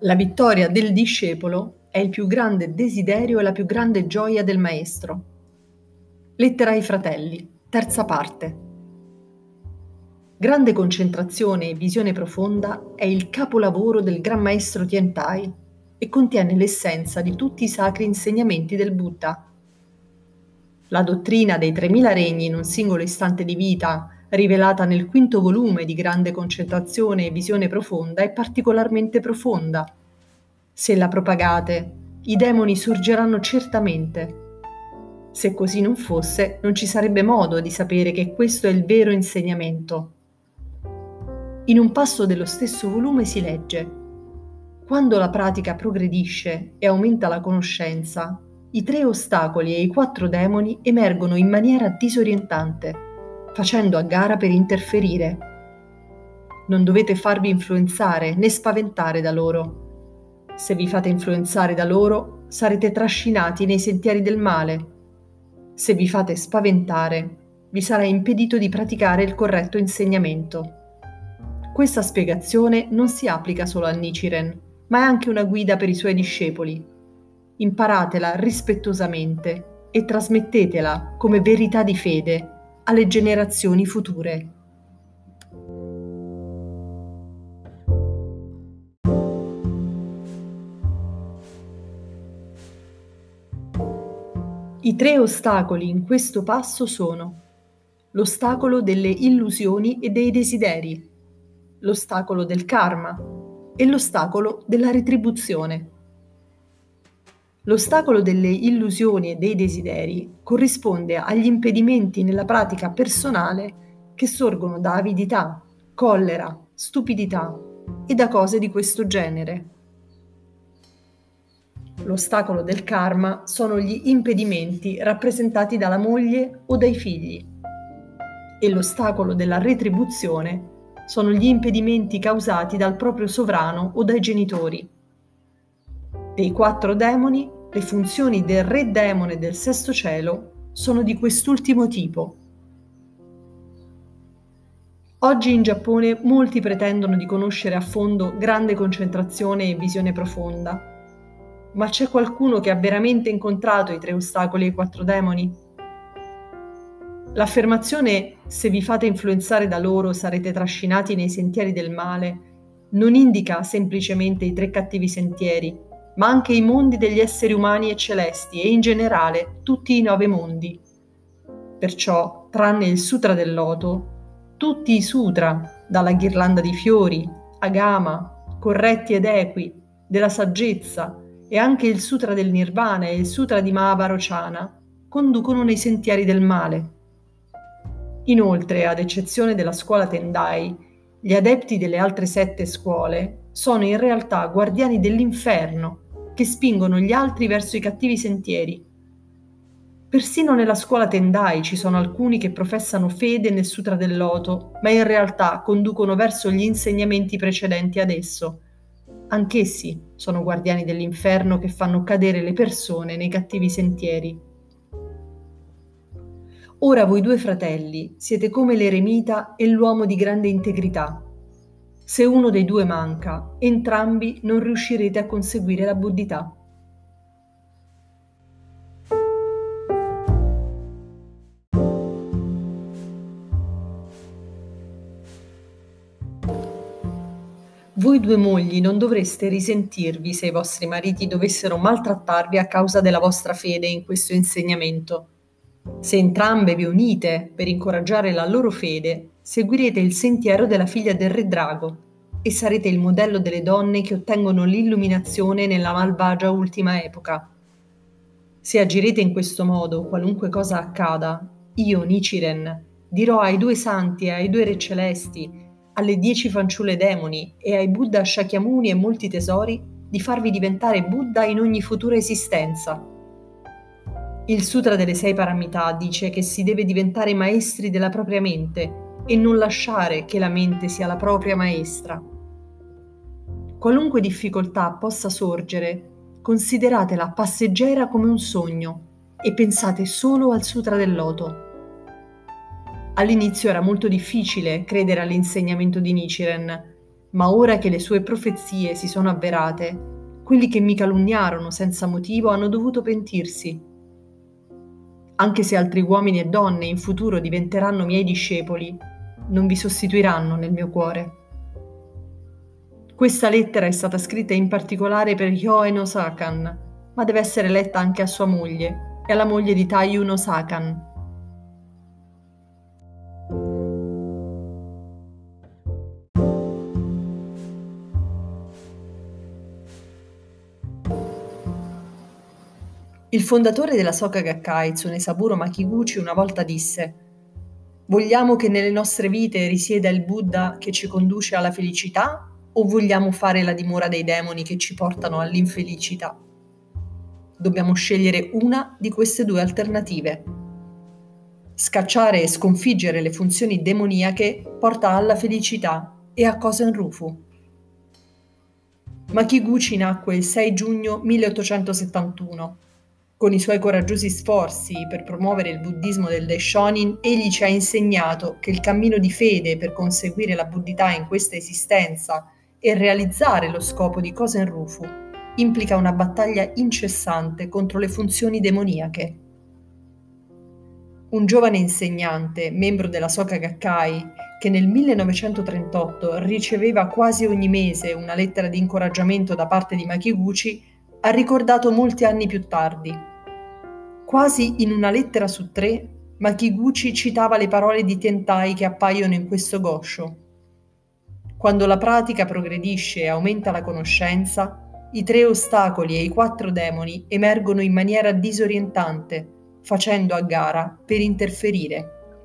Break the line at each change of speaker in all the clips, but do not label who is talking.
La vittoria del discepolo è il più grande desiderio e la più grande gioia del maestro. Lettera ai fratelli, terza parte. Grande concentrazione e visione profonda è il capolavoro del Gran Maestro Tiantai e contiene l'essenza di tutti i sacri insegnamenti del Buddha. La dottrina dei 3000 regni in un singolo istante di vita, rivelata nel quinto volume di Grande concentrazione e visione profonda, è particolarmente profonda. Se la propagate, i demoni sorgeranno certamente. Se così non fosse, non ci sarebbe modo di sapere che questo è il vero insegnamento. In un passo dello stesso volume si legge: quando la pratica progredisce e aumenta la conoscenza, i 3 ostacoli e i 4 demoni emergono in maniera disorientante, facendo a gara per interferire. Non dovete farvi influenzare né spaventare da loro. Se vi fate influenzare da loro, sarete trascinati nei sentieri del male. Se vi fate spaventare, vi sarà impedito di praticare il corretto insegnamento. Questa spiegazione non si applica solo a Nichiren, ma è anche una guida per i suoi discepoli. Imparatela rispettosamente e trasmettetela come verità di fede alle generazioni future. I 3 ostacoli in questo passo sono l'ostacolo delle illusioni e dei desideri, l'ostacolo del karma e l'ostacolo della retribuzione. L'ostacolo delle illusioni e dei desideri corrisponde agli impedimenti nella pratica personale che sorgono da avidità, collera, stupidità e da cose di questo genere. L'ostacolo del karma sono gli impedimenti rappresentati dalla moglie o dai figli e l'ostacolo della retribuzione sono gli impedimenti causati dal proprio sovrano o dai genitori. Dei 4 demoni, le funzioni del re demone del sesto cielo sono di quest'ultimo tipo. Oggi in Giappone molti pretendono di conoscere a fondo grande concentrazione e visione profonda. Ma c'è qualcuno che ha veramente incontrato i 3 ostacoli e i 4 demoni? L'affermazione «se vi fate influenzare da loro sarete trascinati nei sentieri del male» non indica semplicemente i 3 cattivi sentieri, ma anche i mondi degli esseri umani e celesti e in generale tutti i 9 mondi. Perciò, tranne il Sutra del Loto, tutti i sutra, dalla ghirlanda di fiori, agama, corretti ed equi, della saggezza e anche il Sutra del Nirvana e il Sutra di Mahavacana conducono nei sentieri del male. Inoltre, ad eccezione della scuola Tendai, gli adepti delle altre 7 scuole sono in realtà guardiani dell'inferno che spingono gli altri verso i cattivi sentieri. Persino nella scuola Tendai ci sono alcuni che professano fede nel Sutra del Loto, ma in realtà conducono verso gli insegnamenti precedenti ad esso. Anch'essi sono guardiani dell'inferno che fanno cadere le persone nei cattivi sentieri. Ora voi 2 fratelli siete come l'eremita e l'uomo di grande integrità. Se uno dei 2 manca, entrambi non riuscirete a conseguire la buddhità. Voi 2 mogli non dovreste risentirvi se i vostri mariti dovessero maltrattarvi a causa della vostra fede in questo insegnamento. Se entrambe vi unite per incoraggiare la loro fede, seguirete il sentiero della figlia del re drago e sarete il modello delle donne che ottengono l'illuminazione nella malvagia ultima epoca. Se agirete in questo modo, qualunque cosa accada, io, Nichiren, dirò ai 2 santi e ai 2 re celesti, alle 10 fanciulle demoni e ai Buddha Shakyamuni e molti tesori di farvi diventare Buddha in ogni futura esistenza. Il Sutra delle 6 Paramità dice che si deve diventare maestri della propria mente e non lasciare che la mente sia la propria maestra. Qualunque difficoltà possa sorgere, consideratela passeggera come un sogno e pensate solo al Sutra del Loto. All'inizio era molto difficile credere all'insegnamento di Nichiren, Ma ora che le sue profezie si sono avverate, quelli che mi calunniarono senza motivo hanno dovuto pentirsi. Anche se altri uomini e donne in futuro diventeranno miei discepoli, non vi sostituiranno nel mio cuore. Questa lettera è stata scritta in particolare per Hyoen Osakan, ma deve essere letta anche a sua moglie e alla moglie di Taiyun Osakan. Il fondatore della Soka Gakkai, Tsunesaburo Makiguchi, una volta disse: «Vogliamo che nelle nostre vite risieda il Buddha che ci conduce alla felicità o vogliamo fare la dimora dei demoni che ci portano all'infelicità? Dobbiamo scegliere una di queste due alternative. Scacciare e sconfiggere le funzioni demoniache porta alla felicità e a Kosen Rufu». Makiguchi nacque il 6 giugno 1871. Con i suoi coraggiosi sforzi per promuovere il buddismo del Daishonin, egli ci ha insegnato che il cammino di fede per conseguire la buddhità in questa esistenza e realizzare lo scopo di Kosen Rufu implica una battaglia incessante contro le funzioni demoniache. Un giovane insegnante, membro della Soka Gakkai, che nel 1938 riceveva quasi ogni mese una lettera di incoraggiamento da parte di Makiguchi, ha ricordato molti anni più tardi: quasi in una lettera su 3, Makiguchi citava le parole di Tentai che appaiono in questo gosho. Quando la pratica progredisce e aumenta la conoscenza, i 3 ostacoli e i 4 demoni emergono in maniera disorientante, facendo a gara per interferire.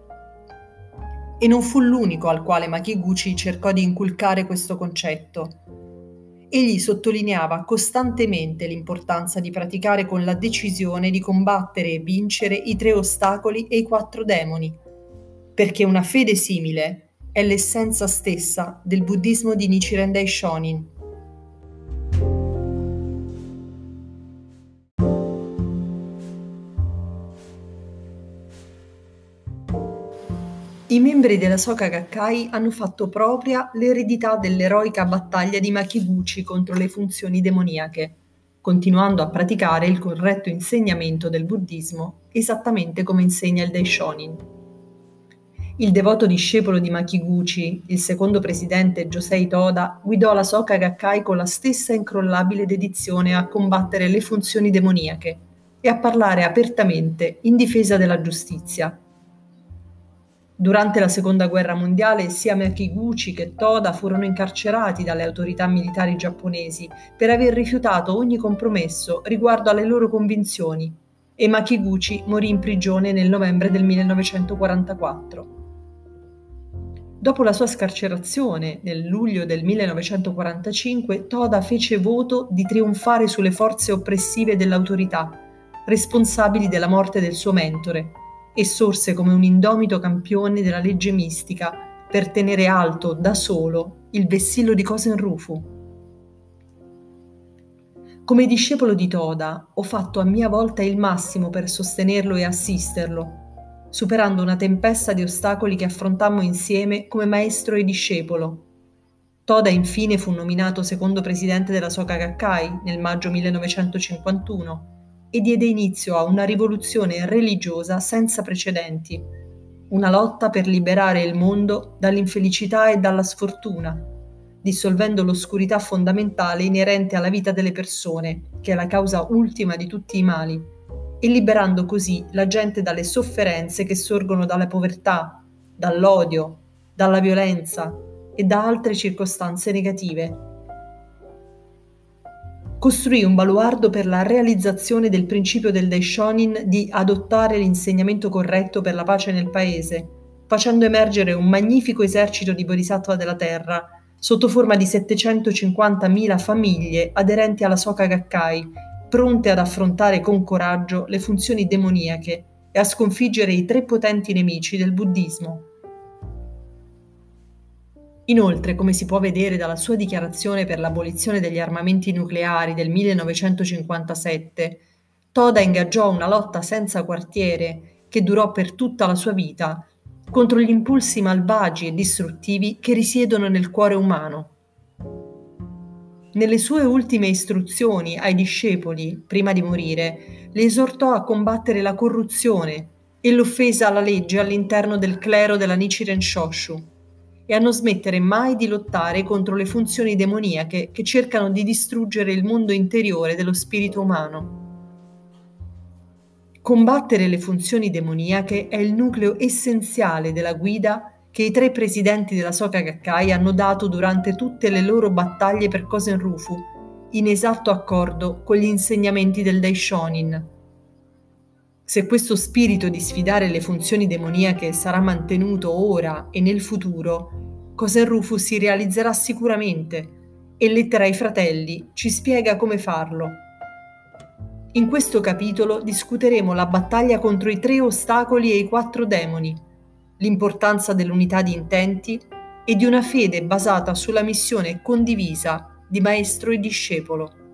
E non fu l'unico al quale Makiguchi cercò di inculcare questo concetto. Egli sottolineava costantemente l'importanza di praticare con la decisione di combattere e vincere i 3 ostacoli e i 4 demoni, perché una fede simile è l'essenza stessa del buddismo di Nichiren Daishonin. I membri della Soka Gakkai hanno fatto propria l'eredità dell'eroica battaglia di Makiguchi contro le funzioni demoniache, continuando a praticare il corretto insegnamento del buddismo, esattamente come insegna il Daishonin. Il devoto discepolo di Makiguchi, il secondo presidente Josei Toda, guidò la Soka Gakkai con la stessa incrollabile dedizione a combattere le funzioni demoniache e a parlare apertamente in difesa della giustizia. Durante la Seconda Guerra Mondiale sia Makiguchi che Toda furono incarcerati dalle autorità militari giapponesi per aver rifiutato ogni compromesso riguardo alle loro convinzioni, e Makiguchi morì in prigione nel novembre del 1944. Dopo la sua scarcerazione, nel luglio del 1945, Toda fece voto di trionfare sulle forze oppressive dell'autorità, responsabili della morte del suo mentore, e sorse come un indomito campione della legge mistica per tenere alto da solo il vessillo di Kosen Rufu. Come discepolo di Toda ho fatto a mia volta il massimo per sostenerlo e assisterlo, superando una tempesta di ostacoli che affrontammo insieme come maestro e discepolo. Toda infine fu nominato secondo presidente della Soka Gakkai nel maggio 1951 e diede inizio a una rivoluzione religiosa senza precedenti, una lotta per liberare il mondo dall'infelicità e dalla sfortuna, dissolvendo l'oscurità fondamentale inerente alla vita delle persone, che è la causa ultima di tutti i mali, e liberando così la gente dalle sofferenze che sorgono dalla povertà, dall'odio, dalla violenza e da altre circostanze negative. Costruì un baluardo per la realizzazione del principio del Daishonin di adottare l'insegnamento corretto per la pace nel paese, facendo emergere un magnifico esercito di bodhisattva della terra, sotto forma di 750.000 famiglie aderenti alla Soka Gakkai, pronte ad affrontare con coraggio le funzioni demoniache e a sconfiggere i 3 potenti nemici del buddismo. Inoltre, come si può vedere dalla sua dichiarazione per l'abolizione degli armamenti nucleari del 1957, Toda ingaggiò una lotta senza quartiere che durò per tutta la sua vita contro gli impulsi malvagi e distruttivi che risiedono nel cuore umano. Nelle sue ultime istruzioni ai discepoli, prima di morire, li esortò a combattere la corruzione e l'offesa alla legge all'interno del clero della Nichiren Shoshu e a non smettere mai di lottare contro le funzioni demoniache che cercano di distruggere il mondo interiore dello spirito umano. Combattere le funzioni demoniache è il nucleo essenziale della guida che i 3 presidenti della Soka Gakkai hanno dato durante tutte le loro battaglie per Kosen Rufu, in esatto accordo con gli insegnamenti del Daishonin. Se questo spirito di sfidare le funzioni demoniache sarà mantenuto ora e nel futuro, Kosen Rufu si realizzerà sicuramente e Lettera ai Fratelli ci spiega come farlo. In questo capitolo discuteremo la battaglia contro i 3 ostacoli e i 4 demoni, l'importanza dell'unità di intenti e di una fede basata sulla missione condivisa di maestro e discepolo.